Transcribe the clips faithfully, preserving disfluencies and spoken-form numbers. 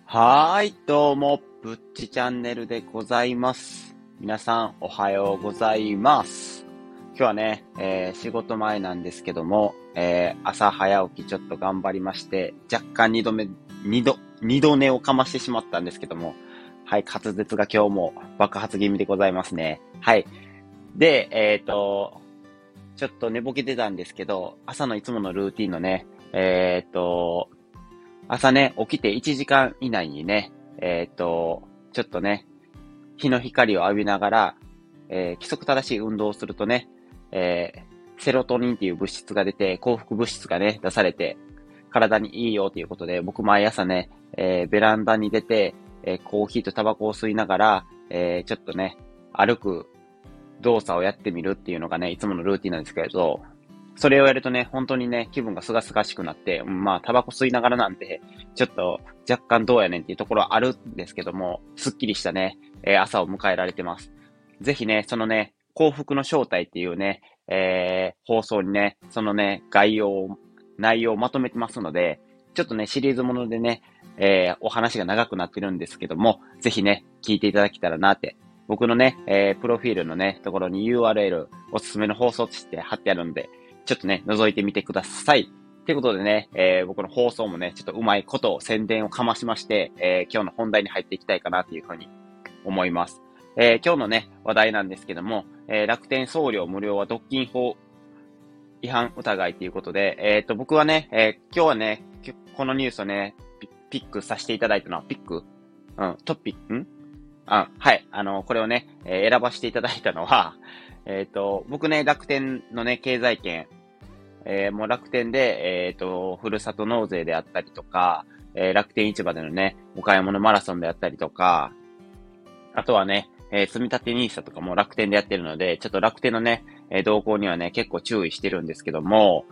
はーい、どうも、ぶっちチャンネルでございます。皆さん、おはようございます。今日はね、えー仕事前なんですけども、えー朝早起きちょっと頑張りまして、若干二度目、二度、二度寝をかましてしまったんですけども、はい、滑舌が今日も爆発気味でございますね。はい。で、えっと、ちょっと寝ぼけてたんですけど、朝のいつものルーティンのね、えっと、朝ね、起きていちじかん以内にね、えっと、ちょっとね、日の光を浴びながら、えー規則正しい運動をするとね、えーセロトニンっていう物質が出て、幸福物質がね、出されて、体にいいよということで、僕毎朝ね、えーベランダに出て、えーコーヒーとタバコを吸いながら、えーちょっとね、歩く動作をやってみるっていうのがね、いつものルーティンなんですけれど、それをやるとね、本当にね、気分がすがすがしくなって、うんまあ、タバコ吸いながらなんで、ちょっと若干どうやねんっていうところはあるんですけども、すっきりしたね、えー朝を迎えられてます。ぜひね、そのね、幸福の正体っていうね、えー放送にね、そのね、概要、内容をまとめてますので、ちょっとね、シリーズものでね、えーお話が長くなってるんですけども、ぜひね、聞いていただけたらなって僕のね、えープロフィールのね、ところに ユーアールエル、おすすめの放送として貼ってあるんで、ちょっとね、覗いてみてください。ということでね、えー僕の放送もね、ちょっとうまいことを宣伝をかましまして、えー今日の本題に入っていきたいかなというふうに思います。えー今日のね、話題なんですけども、えー楽天送料無料は独禁法違反疑いということで、えっと、僕はね、えー今日はね、きこのニュースをね、ピピックさせていただいたのは、ピックうん、トピックんあ、はい。あの、これをね、えー選ばせていただいたのは、えっと、僕ね、楽天のね、経済圏、えーもう楽天で、えっと、ふるさと納税であったりとか、えー楽天市場でのね、お買い物マラソンであったりとか、あとはね、えー積み立てニーサとかも楽天でやってるので、ちょっと楽天のね、えー動向にはね、結構注意してるんですけども、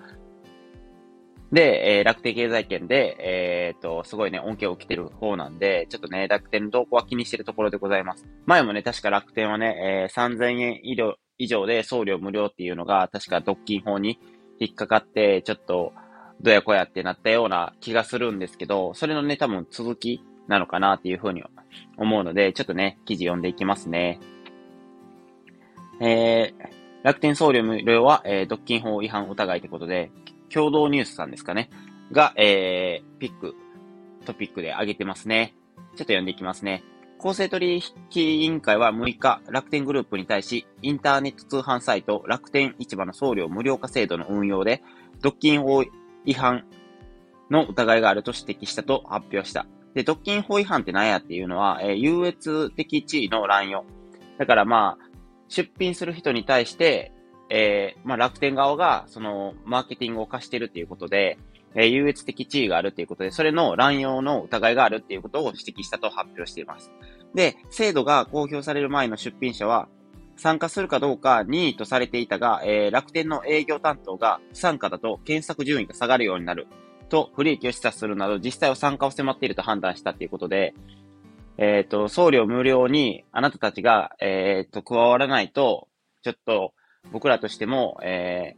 で、えー楽天経済圏で、えーっと、すごいね、恩恵を受けてる方なんで、ちょっとね、楽天の動向は気にしてるところでございます。前もね、確か楽天はね、えーさんぜんえん以上以上で送料無料っていうのが、確か独禁法に引っかかって、ちょっと、どやこやってなったような気がするんですけど、それのね、多分続きなのかなっていうふうに思うので、ちょっとね、記事読んでいきますね。えー、楽天送料無料は、えー、独禁法違反疑いということで、共同ニュースさんですかね。が、えー、ピック、トピックで挙げてますね。ちょっと読んでいきますね。公正取引委員会はむいか、楽天グループに対し、インターネット通販サイト、楽天市場の送料無料化制度の運用で、独禁法違反の疑いがあると指摘したと発表した。で、独禁法違反って何やっていうのは、えー優越的地位の乱用。だからまあ、出品する人に対して、えーまあ楽天側が、その、マーケティングを貸してるっていうことで、えー優越的地位があるっていうことで、それの乱用の疑いがあるっていうことを指摘したと発表しています。で、制度が公表される前の出品者は、参加するかどうか任意とされていたが、えー楽天の営業担当が不参加だと検索順位が下がるようになると不利益を示唆するなど、実際は参加を迫っていると判断したということで、えっと、送料無料にあなたたちが、えっと、加わらないと、ちょっと僕らとしても、え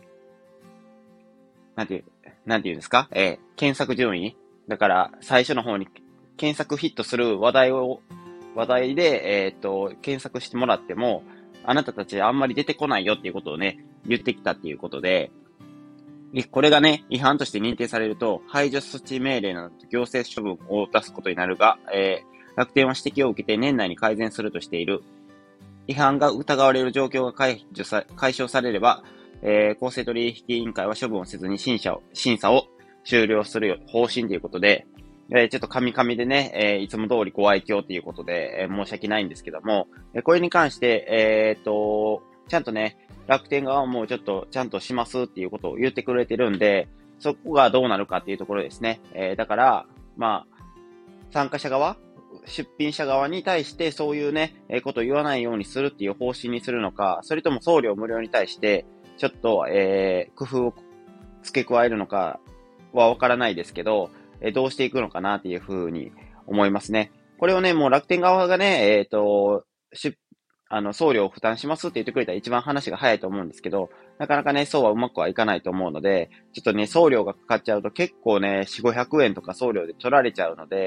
ー、なんていう、なんていうんですか、えー、検索順位だから、最初の方に検索ヒットする話題を、話題で、えっと、検索してもらっても、あなたたちあんまり出てこないよっていうことをね、言ってきたっていうことで、これがね、違反として認定されると、排除措置命令など行政処分を出すことになるが、えー楽天は指摘を受けて年内に改善するとしている。違反が疑われる状況が解除さ解消されれば、えー公正取引委員会は処分をせずに審査を審査を終了する方針ということで、えーちょっとカミカミでね、えーいつも通りご愛嬌ということで、えー申し訳ないんですけども、えーこれに関して、えーっと、ちゃんとね、楽天側もちょっとちゃんとしますっていうことを言ってくれてるんで、そこがどうなるかっていうところですね。えーだから、まあ、参加者側出品者側に対してそういうね、えーことを言わないようにするっていう方針にするのか、それとも送料無料に対して、ちょっと、えー、工夫を付け加えるのかはわからないですけど、えーどうしていくのかなっていうふうに思いますね。これをね、もう楽天側がね、えっと、出あの、送料を負担しますって言ってくれたら一番話が早いと思うんですけど、なかなかね、そうはうまくはいかないと思うので、ちょっとね、送料がかかっちゃうと結構ね、よん、ごひゃくえんとか送料で取られちゃうので、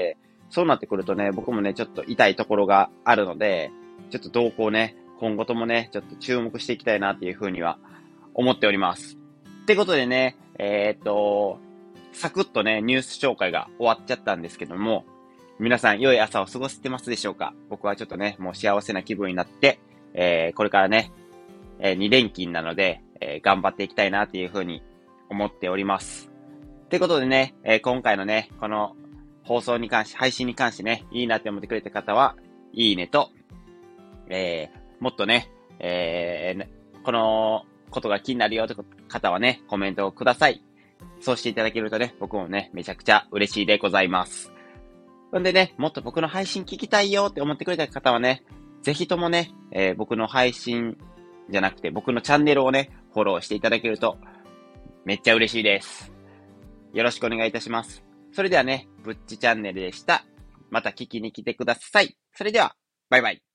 そうなってくるとね、僕もね、ちょっと痛いところがあるので、ちょっと動向ね、今後ともね、ちょっと注目していきたいなっていうふうには思っております。ってことでね、えー、っと、サクッとね、ニュース紹介が終わっちゃったんですけども、皆さん良い朝を過ごしてますでしょうか？僕はちょっとね、もう幸せな気分になって、えー、これからね、えー、に連勤なので、えー、頑張っていきたいなっていうふうに思っております。ってことでね、えー、今回のね、この放送に関して、配信に関してね、いいなって思ってくれた方は、いいねと、えー、もっとね、えー、このことが気になるよって方はね、コメントをください。そうしていただけるとね、僕もね、めちゃくちゃ嬉しいでございます。んでね、もっと僕の配信聞きたいよって思ってくれた方はね、ぜひともね、えー、僕の配信じゃなくて僕のチャンネルをね、フォローしていただけるとめっちゃ嬉しいです。よろしくお願いいたします。それではね、ぶっちチャンネルでした。また聞きに来てください。それでは、バイバイ。